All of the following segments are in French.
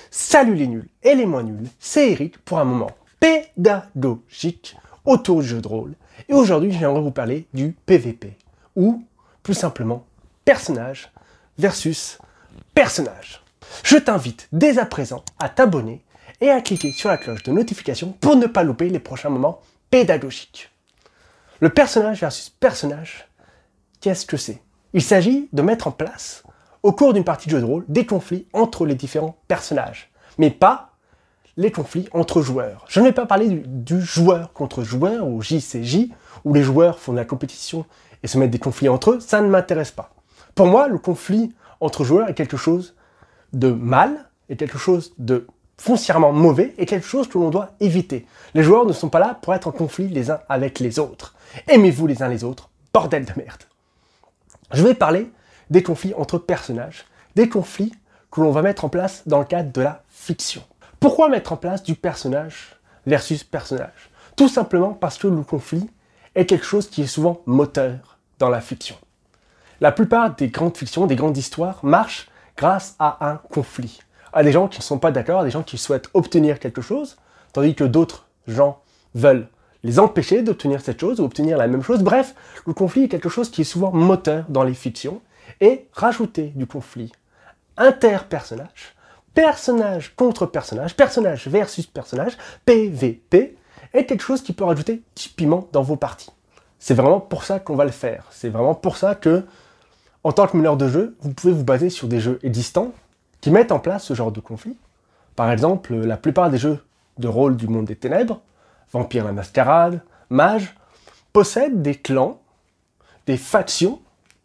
Salut les nuls et les moins nuls, c'est Eric pour un moment pédagogique autour du jeu de rôle. Et aujourd'hui, j'aimerais vous parler du PVP, ou plus simplement personnage versus personnage. Je t'invite dès à présent à t'abonner et à cliquer sur la cloche de notification pour ne pas louper les prochains moments pédagogiques. Le personnage versus personnage, qu'est-ce que c'est? Il s'agit de mettre en place, au cours d'une partie de jeu de rôle, des conflits entre les différents personnages, mais pas les conflits entre joueurs. Je ne vais pas parler du joueur contre joueur, ou JCJ, où les joueurs font de la compétition et se mettent des conflits entre eux, ça ne m'intéresse pas. Pour moi, le conflit entre joueurs est quelque chose de mal, est quelque chose de foncièrement mauvais, et quelque chose que l'on doit éviter. Les joueurs ne sont pas là pour être en conflit les uns avec les autres. Aimez-vous les uns les autres, bordel de merde. Je vais parler des conflits entre personnages, des conflits que l'on va mettre en place dans le cadre de la fiction. Pourquoi mettre en place du personnage versus personnage? Tout simplement parce que le conflit est quelque chose qui est souvent moteur dans la fiction. La plupart des grandes fictions, des grandes histoires marchent grâce à un conflit. À des gens qui ne sont pas d'accord, à des gens qui souhaitent obtenir quelque chose, tandis que d'autres gens veulent les empêcher d'obtenir cette chose ou obtenir la même chose. Bref, le conflit est quelque chose qui est souvent moteur dans les fictions. Et rajouter du conflit interpersonnage, personnage contre personnage, personnage versus personnage, PVP, est quelque chose qui peut rajouter du piment dans vos parties. C'est vraiment pour ça qu'on va le faire. C'est vraiment pour ça que, en tant que meneur de jeu, vous pouvez vous baser sur des jeux existants qui mettent en place ce genre de conflit. Par exemple, la plupart des jeux de rôle du monde des ténèbres, Vampire la Mascarade, Mage, possèdent des clans, des factions,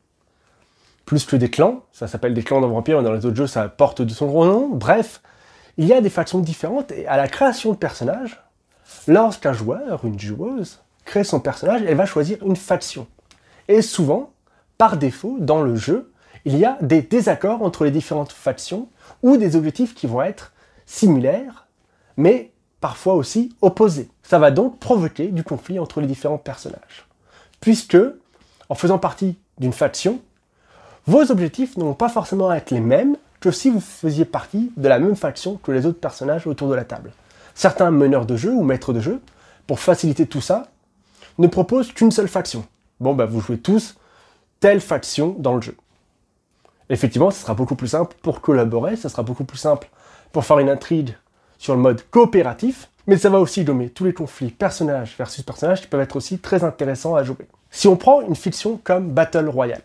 plus que des clans, ça s'appelle des clans dans Vampire, mais dans les autres jeux ça porte de son gros nom. Bref, il y a des factions différentes, et à la création de personnages, lorsqu'un joueur, une joueuse, crée son personnage, elle va choisir une faction. Et souvent, par défaut, dans le jeu, il y a des désaccords entre les différentes factions, ou des objectifs qui vont être similaires, mais parfois aussi opposés. Ça va donc provoquer du conflit entre les différents personnages. Puisque, en faisant partie d'une faction, vos objectifs ne vont pas forcément être les mêmes que si vous faisiez partie de la même faction que les autres personnages autour de la table. Certains meneurs de jeu ou maîtres de jeu, pour faciliter tout ça, ne proposent qu'une seule faction. Bon, vous jouez tous telle faction dans le jeu. Effectivement, ce sera beaucoup plus simple pour collaborer, ce sera beaucoup plus simple pour faire une intrigue sur le mode coopératif, mais ça va aussi gommer tous les conflits personnage versus personnage qui peuvent être aussi très intéressants à jouer. Si on prend une fiction comme Battle Royale,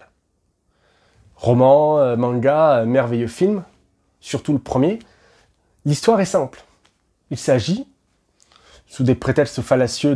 roman, manga, merveilleux film, surtout le premier, l'histoire est simple. Il s'agit, sous des prétextes fallacieux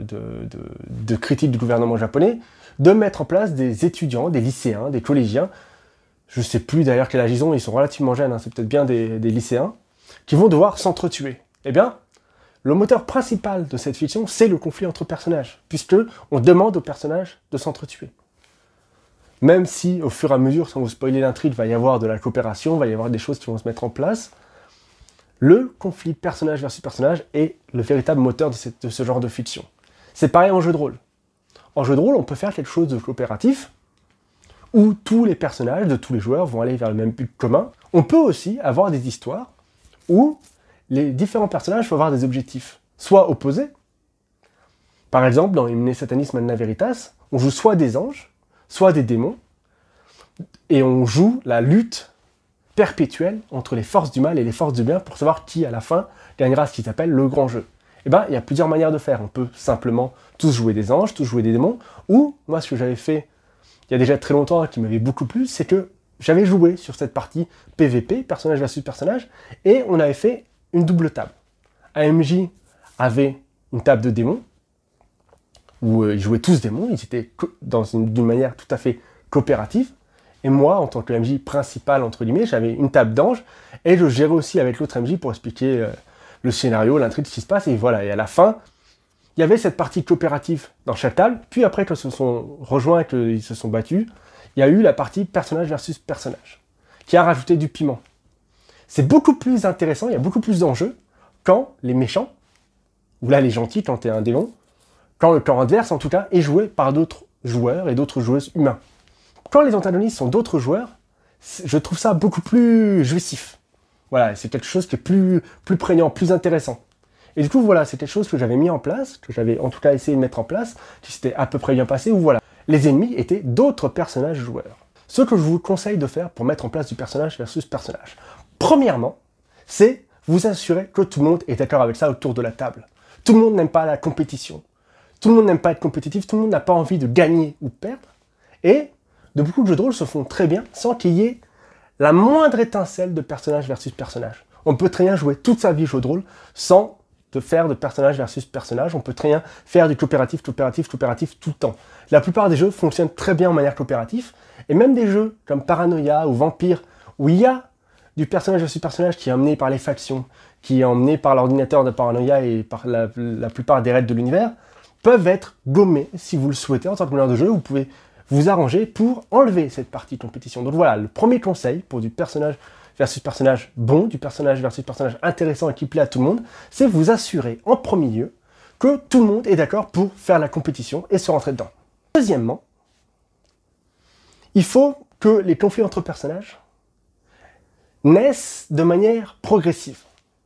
de critiques du gouvernement japonais, de mettre en place des étudiants, des lycéens, des collégiens, je ne sais plus d'ailleurs quel âge ils ont, ils sont relativement jeunes, c'est peut-être bien des lycéens, qui vont devoir s'entretuer. Eh bien, le moteur principal de cette fiction, c'est le conflit entre personnages, puisque on demande aux personnages de s'entretuer. Même si, au fur et à mesure, sans vous spoiler l'intrigue, il va y avoir de la coopération, il va y avoir des choses qui vont se mettre en place, le conflit personnage versus personnage est le véritable moteur de ce genre de fiction. C'est pareil en jeu de rôle. En jeu de rôle, on peut faire quelque chose de coopératif, où tous les personnages de tous les joueurs vont aller vers le même but commun. On peut aussi avoir des histoires où les différents personnages vont avoir des objectifs, soit opposés. Par exemple, dans Hymne Satanis Magna Veritas, on joue soit des anges, soit des démons, et on joue la lutte perpétuelle entre les forces du mal et les forces du bien pour savoir qui, à la fin, gagnera ce qui s'appelle le grand jeu. Eh bien, il y a plusieurs manières de faire. On peut simplement tous jouer des anges, tous jouer des démons, ou, moi, ce que j'avais fait il y a déjà très longtemps, qui m'avait beaucoup plu, c'est que j'avais joué sur cette partie PVP, personnage versus personnage, et on avait fait une double table. AMJ avait une table de démons, où ils jouaient tous démons, ils étaient d'une manière tout à fait coopérative, et moi, en tant que MJ principal, entre guillemets, j'avais une table d'anges, et je gérais aussi avec l'autre MJ pour expliquer le scénario, l'intrigue, ce qui se passe, et voilà, et à la fin, il y avait cette partie coopérative dans chaque table, puis après qu'ils se sont rejoints et qu'ils se sont battus, il y a eu la partie personnage versus personnage, qui a rajouté du piment. C'est beaucoup plus intéressant, il y a beaucoup plus d'enjeux, quand les méchants, ou là les gentils quand t'es un démon, quand le camp adverse en tout cas, est joué par d'autres joueurs et d'autres joueuses humains. Quand les antagonistes sont d'autres joueurs, je trouve ça beaucoup plus jouissif. Voilà, c'est quelque chose qui est plus prégnant, plus intéressant. Et du coup, voilà, c'est quelque chose que j'avais mis en place, que j'avais en tout cas essayé de mettre en place, qui s'était à peu près bien passé, où voilà, les ennemis étaient d'autres personnages joueurs. Ce que je vous conseille de faire pour mettre en place du personnage versus personnage. Premièrement, c'est vous assurer que tout le monde est d'accord avec ça autour de la table. Tout le monde n'aime pas la compétition. Tout le monde n'aime pas être compétitif, tout le monde n'a pas envie de gagner ou de perdre. Et de beaucoup de jeux de rôle se font très bien sans qu'il y ait la moindre étincelle de personnage versus personnage. On peut très bien jouer toute sa vie au jeu de rôle sans faire de personnage versus personnage. On peut très bien faire du coopératif tout le temps. La plupart des jeux fonctionnent très bien en manière coopérative. Et même des jeux comme Paranoia ou Vampire, où il y a du personnage versus personnage qui est emmené par les factions, qui est emmené par l'ordinateur de Paranoia et par la plupart des raids de l'univers, peuvent être gommés si vous le souhaitez en tant que meneur de jeu. Vous pouvez vous arranger pour enlever cette partie de compétition. Donc voilà, le premier conseil pour du personnage versus personnage bon, du personnage versus personnage intéressant et qui plaît à tout le monde, c'est vous assurer en premier lieu que tout le monde est d'accord pour faire la compétition et se rentrer dedans. Deuxièmement, il faut que les conflits entre personnages naissent de manière progressive.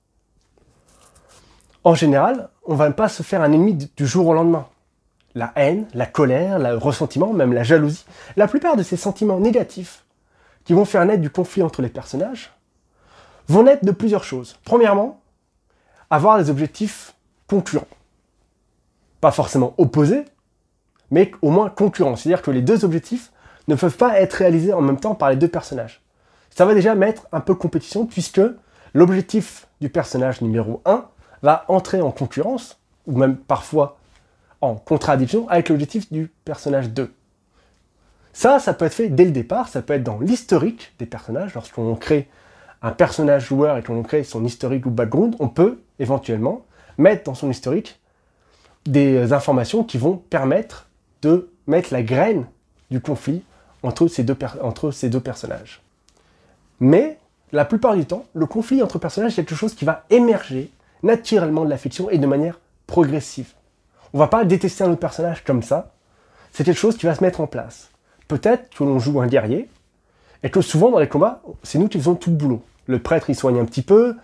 En général, on ne va pas se faire un ennemi du jour au lendemain. La haine, la colère, le ressentiment, même la jalousie, la plupart de ces sentiments négatifs qui vont faire naître du conflit entre les personnages vont naître de plusieurs choses. Premièrement, avoir des objectifs concurrents. Pas forcément opposés, mais au moins concurrents. C'est-à-dire que les deux objectifs ne peuvent pas être réalisés en même temps par les deux personnages. Ça va déjà mettre un peu de compétition puisque l'objectif du personnage numéro 1 va entrer en concurrence, ou même parfois en contradiction avec l'objectif du personnage 2. Ça peut être fait dès le départ, ça peut être dans l'historique des personnages. Lorsqu'on crée un personnage joueur et qu'on crée son historique ou background, on peut éventuellement mettre dans son historique des informations qui vont permettre de mettre la graine du conflit entre ces deux personnages. Mais, la plupart du temps, le conflit entre personnages est quelque chose qui va émerger naturellement de la fiction et de manière progressive. On ne va pas détester un autre personnage comme ça, c'est quelque chose qui va se mettre en place. Peut-être que l'on joue un guerrier, et que souvent dans les combats, c'est nous qui faisons tout le boulot. Le prêtre, il soigne un petit peu,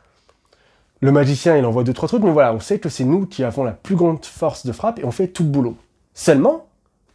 le magicien, il envoie 2-3 trucs, mais voilà, on sait que c'est nous qui avons la plus grande force de frappe et on fait tout le boulot. Seulement,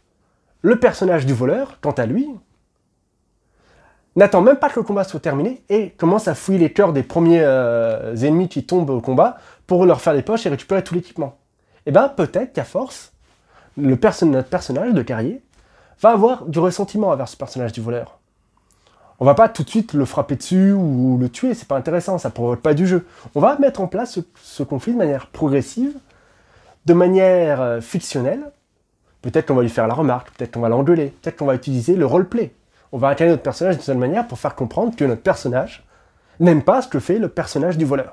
le personnage du voleur, quant à lui, n'attend même pas que le combat soit terminé et commence à fouiller les cœurs des premiers ennemis qui tombent au combat pour leur faire des poches et récupérer tout l'équipement. Et bien peut-être qu'à force, notre personnage de guerrier va avoir du ressentiment envers ce personnage du voleur. On va pas tout de suite le frapper dessus ou le tuer, c'est pas intéressant, ça provoque pas du jeu. On va mettre en place ce conflit de manière progressive, de manière fictionnelle. Peut-être qu'on va lui faire la remarque, peut-être qu'on va l'engueuler, peut-être qu'on va utiliser le roleplay. On va incarner notre personnage d'une certaine manière pour faire comprendre que notre personnage n'aime pas ce que fait le personnage du voleur.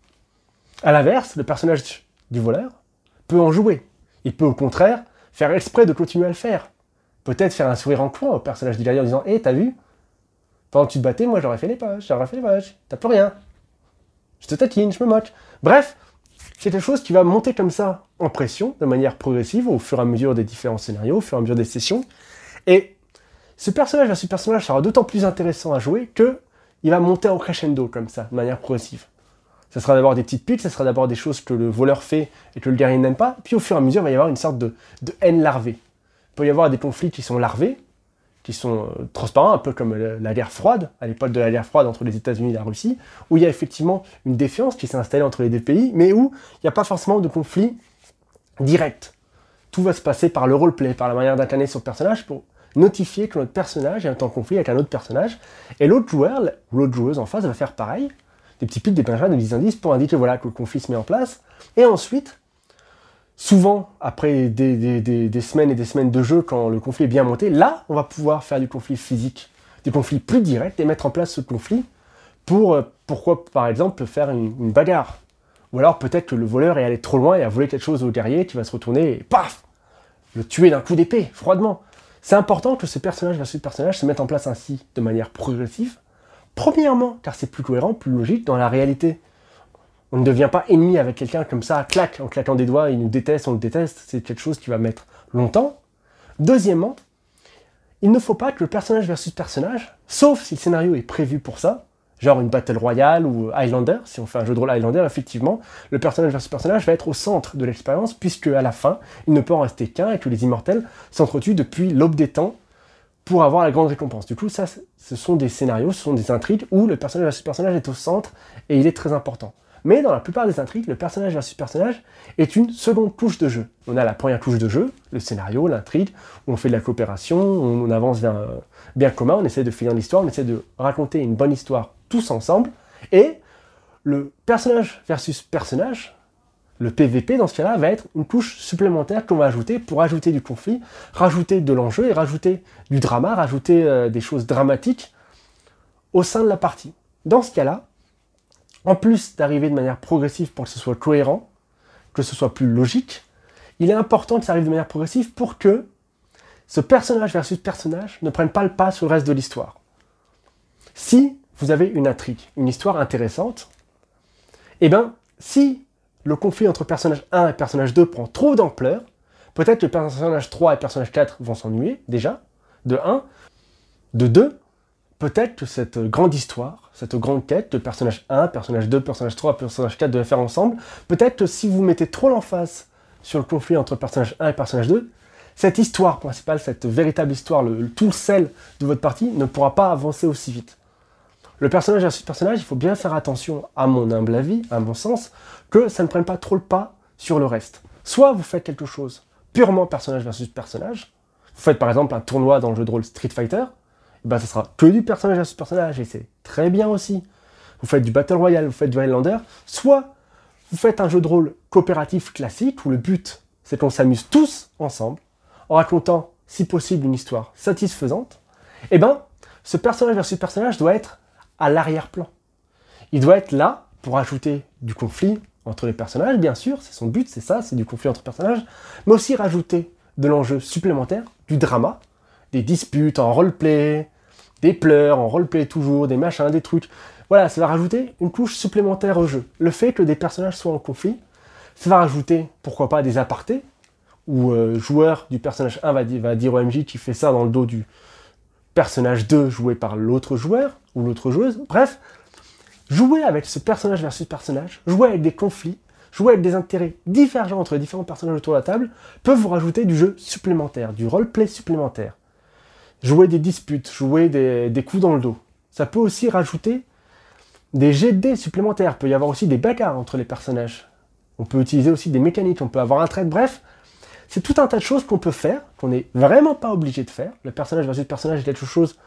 A l'inverse, le personnage du voleur peut en jouer. Il peut au contraire faire exprès de continuer à le faire. Peut-être faire un sourire en coin au personnage du guerrier en disant « Hé, t'as vu ? Pendant que tu te battais, moi j'aurais fait les poches, t'as plus rien. Je te taquine, je me moque. » Bref, c'est quelque chose qui va monter comme ça en pression, de manière progressive, au fur et à mesure des différents scénarios, au fur et à mesure des sessions. Et ce personnage versus personnage sera d'autant plus intéressant à jouer qu'il va monter en crescendo comme ça, de manière progressive. Ça sera d'abord des petites piques, ça sera d'abord des choses que le voleur fait et que le guerrier n'aime pas, puis au fur et à mesure, il va y avoir une sorte de haine larvée. Il peut y avoir des conflits qui sont larvés, qui sont transparents, un peu comme la guerre froide, à l'époque de la guerre froide entre les États-Unis et la Russie, où il y a effectivement une défiance qui s'est installée entre les deux pays, mais où il n'y a pas forcément de conflit direct. Tout va se passer par le roleplay, par la manière d'incarner son personnage pour notifier que notre personnage est en conflit avec un autre personnage, et l'autre joueur, l'autre joueuse en face va faire pareil, des petits pics, des pincettes, des petits indices pour indiquer voilà, que le conflit se met en place, et ensuite, souvent, après des semaines et des semaines de jeu, quand le conflit est bien monté, là, on va pouvoir faire du conflit physique, du conflit plus direct, et mettre en place ce conflit pour, pourquoi, par exemple, faire une bagarre. Ou alors, peut-être que le voleur est allé trop loin et a volé quelque chose au guerrier qui va se retourner et paf, le tuer d'un coup d'épée, froidement. C'est important que ce personnage versus personnage se mette en place ainsi, de manière progressive. Premièrement, car c'est plus cohérent, plus logique dans la réalité. On ne devient pas ennemi avec quelqu'un comme ça, clac, en claquant des doigts, il nous déteste, on le déteste, c'est quelque chose qui va mettre longtemps. Deuxièmement, il ne faut pas que le personnage versus personnage, sauf si le scénario est prévu pour ça, genre une Battle Royale ou Highlander. Si on fait un jeu de rôle Highlander, effectivement, le personnage versus personnage va être au centre de l'expérience, puisque à la fin, il ne peut en rester qu'un et que les immortels s'entretuent depuis l'aube des temps pour avoir la grande récompense. Du coup, ça, ce sont des scénarios, ce sont des intrigues où le personnage versus personnage est au centre et il est très important. Mais dans la plupart des intrigues, le personnage versus personnage est une seconde couche de jeu. On a la première couche de jeu, le scénario, l'intrigue, où on fait de la coopération, on avance vers un bien commun, on essaie de finir l'histoire, on essaie de raconter une bonne histoire tous ensemble. Et le personnage versus personnage, le PVP dans ce cas-là, va être une couche supplémentaire qu'on va ajouter pour ajouter du conflit, rajouter de l'enjeu et rajouter du drama, rajouter des choses dramatiques au sein de la partie. Dans ce cas-là, en plus d'arriver de manière progressive pour que ce soit cohérent, que ce soit plus logique, il est important que ça arrive de manière progressive pour que ce personnage versus personnage ne prenne pas le pas sur le reste de l'histoire. Si vous avez une intrigue, une histoire intéressante, eh bien, si le conflit entre personnage 1 et personnage 2 prend trop d'ampleur, peut-être que personnage 3 et personnage 4 vont s'ennuyer, déjà, de 1, de 2, peut-être que cette grande histoire, cette grande quête de personnage 1, personnage 2, personnage 3, personnage 4 devait faire ensemble, peut-être que si vous mettez trop l'emphase sur le conflit entre personnage 1 et personnage 2, cette histoire principale, cette véritable histoire, tout le sel de votre partie ne pourra pas avancer aussi vite. Le personnage versus personnage, il faut bien faire attention, à mon humble avis, à mon sens, que ça ne prenne pas trop le pas sur le reste. Soit vous faites quelque chose purement personnage versus personnage, vous faites par exemple un tournoi dans le jeu de rôle Street Fighter, et ben ça sera que du personnage versus personnage, et c'est très bien aussi. Vous faites du Battle Royale, vous faites du Highlander, soit vous faites un jeu de rôle coopératif classique, où le but c'est qu'on s'amuse tous ensemble, en racontant, si possible, une histoire satisfaisante, et ben ce personnage versus personnage doit être à l'arrière-plan. Il doit être là pour ajouter du conflit entre les personnages, bien sûr, c'est son but, c'est ça, c'est du conflit entre personnages, mais aussi rajouter de l'enjeu supplémentaire, du drama, des disputes en roleplay, des pleurs en roleplay toujours, des machins, des trucs. Voilà, ça va rajouter une couche supplémentaire au jeu. Le fait que des personnages soient en conflit, ça va rajouter, pourquoi pas, des apartés, où joueur du personnage 1 va dire au MJ qui fait ça dans le dos du personnage 2 joué par l'autre joueur, ou l'autre joueuse, bref, jouer avec ce personnage versus personnage, jouer avec des conflits, jouer avec des intérêts divergents entre les différents personnages autour de la table, peut vous rajouter du jeu supplémentaire, du roleplay supplémentaire. Jouer des disputes, jouer des coups dans le dos. Ça peut aussi rajouter des jets de dés supplémentaires, il peut y avoir aussi des bagarres entre les personnages. On peut utiliser aussi des mécaniques, on peut avoir un trade, bref, c'est tout un tas de choses qu'on peut faire, qu'on n'est vraiment pas obligé de faire. Le personnage versus personnage est quelque chose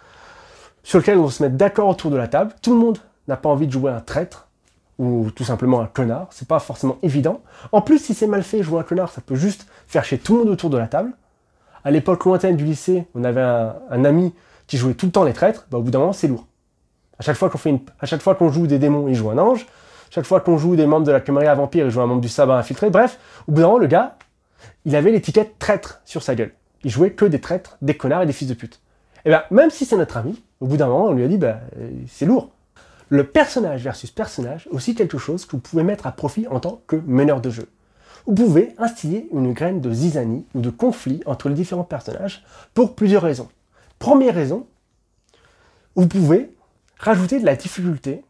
sur lequel on va se mettre d'accord autour de la table. Tout le monde n'a pas envie de jouer un traître, ou tout simplement un connard, c'est pas forcément évident. En plus, si c'est mal fait, jouer un connard, ça peut juste faire chier tout le monde autour de la table. À l'époque lointaine du lycée, on avait un ami qui jouait tout le temps les traîtres, bah, au bout d'un moment, c'est lourd. À chaque fois qu'on joue des démons, il joue un ange. À chaque fois qu'on joue des membres de la Camarilla Vampire, il joue un membre du sabbat infiltré. Bref, au bout d'un moment, le gars, il avait l'étiquette traître sur sa gueule. Il jouait que des traîtres, des connards et des fils de pute. Et bien, même si c'est notre ami, au bout d'un moment, on lui a dit, bah, c'est lourd. Le personnage versus personnage est aussi quelque chose que vous pouvez mettre à profit en tant que meneur de jeu. Vous pouvez instiller une graine de zizanie ou de conflit entre les différents personnages pour plusieurs raisons. Première raison, vous pouvez rajouter de la difficulté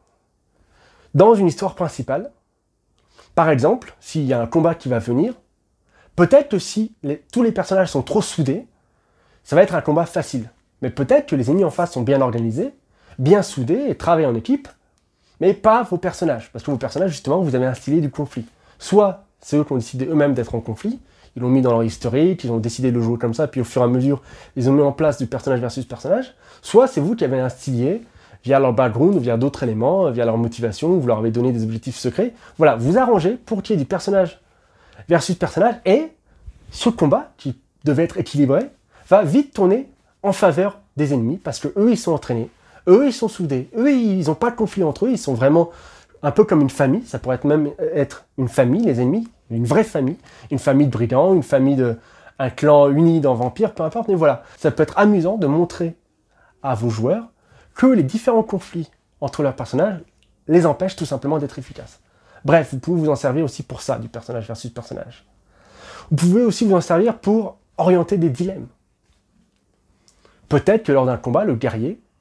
dans une histoire principale. Par exemple, s'il y a un combat qui va venir, peut-être que si tous les personnages sont trop soudés, ça va être un combat facile. Mais peut-être que les ennemis en face sont bien organisés, bien soudés et travaillent en équipe, mais pas vos personnages. Parce que vos personnages, justement, vous avez instillé du conflit. Soit c'est eux qui ont décidé eux-mêmes d'être en conflit, ils l'ont mis dans leur historique, ils ont décidé de le jouer comme ça, puis au fur et à mesure, ils ont mis en place du personnage versus personnage. Soit c'est vous qui avez instillé, via leur background, via d'autres éléments, via leur motivation, vous leur avez donné des objectifs secrets. Voilà, vous arrangez pour qu'il y ait du personnage versus personnage, et ce combat, qui devait être équilibré, va vite tourner en faveur des ennemis, parce que eux ils sont entraînés, eux ils sont soudés, eux ils n'ont pas de conflit entre eux, ils sont vraiment un peu comme une famille, ça pourrait même être une famille, les ennemis, une vraie famille, une famille de brigands, une famille un clan uni dans Vampire, peu importe, mais voilà. Ça peut être amusant de montrer à vos joueurs que les différents conflits entre leurs personnages les empêchent tout simplement d'être efficaces. Bref, vous pouvez vous en servir aussi pour ça, du personnage versus personnage. Vous pouvez aussi vous en servir pour orienter des dilemmes. Peut-être que lors d'un combat, le guerrier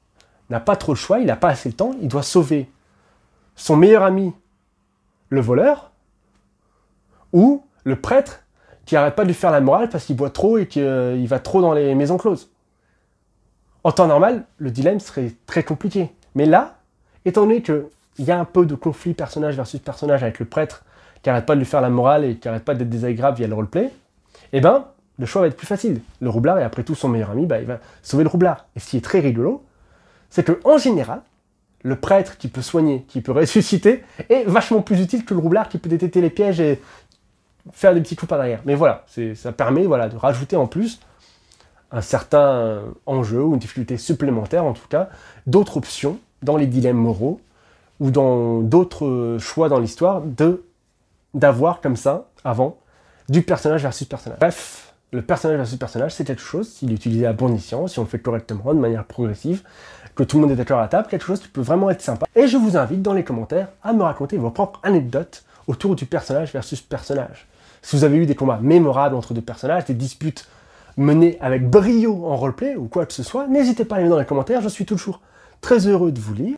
n'a pas trop le choix, il n'a pas assez de temps, il doit sauver son meilleur ami, le voleur, ou le prêtre qui n'arrête pas de lui faire la morale parce qu'il boit trop et qu'il va trop dans les maisons closes. En temps normal, le dilemme serait très compliqué. Mais là, étant donné qu'il y a un peu de conflit personnage versus personnage avec le prêtre qui n'arrête pas de lui faire la morale et qui n'arrête pas d'être désagréable via le roleplay, eh ben, le choix va être plus facile. Le roublard est après tout son meilleur ami, il va sauver le roublard. Et ce qui est très rigolo, c'est qu'en général, le prêtre qui peut soigner, qui peut ressusciter, est vachement plus utile que le roublard qui peut détecter les pièges et faire des petits coups par derrière. Mais voilà, ça permet de rajouter en plus un certain enjeu ou une difficulté supplémentaire, en tout cas, d'autres options dans les dilemmes moraux ou dans d'autres choix dans l'histoire d'avoir comme ça, avant, du personnage versus personnage. Bref, le personnage versus personnage, c'est quelque chose, s'il est utilisé à bon escient, si on le fait correctement, de manière progressive, que tout le monde est d'accord à la table, quelque chose qui peut vraiment être sympa. Et je vous invite dans les commentaires à me raconter vos propres anecdotes autour du personnage versus personnage. Si vous avez eu des combats mémorables entre deux personnages, des disputes menées avec brio en roleplay ou quoi que ce soit, n'hésitez pas à les mettre dans les commentaires, je suis toujours très heureux de vous lire.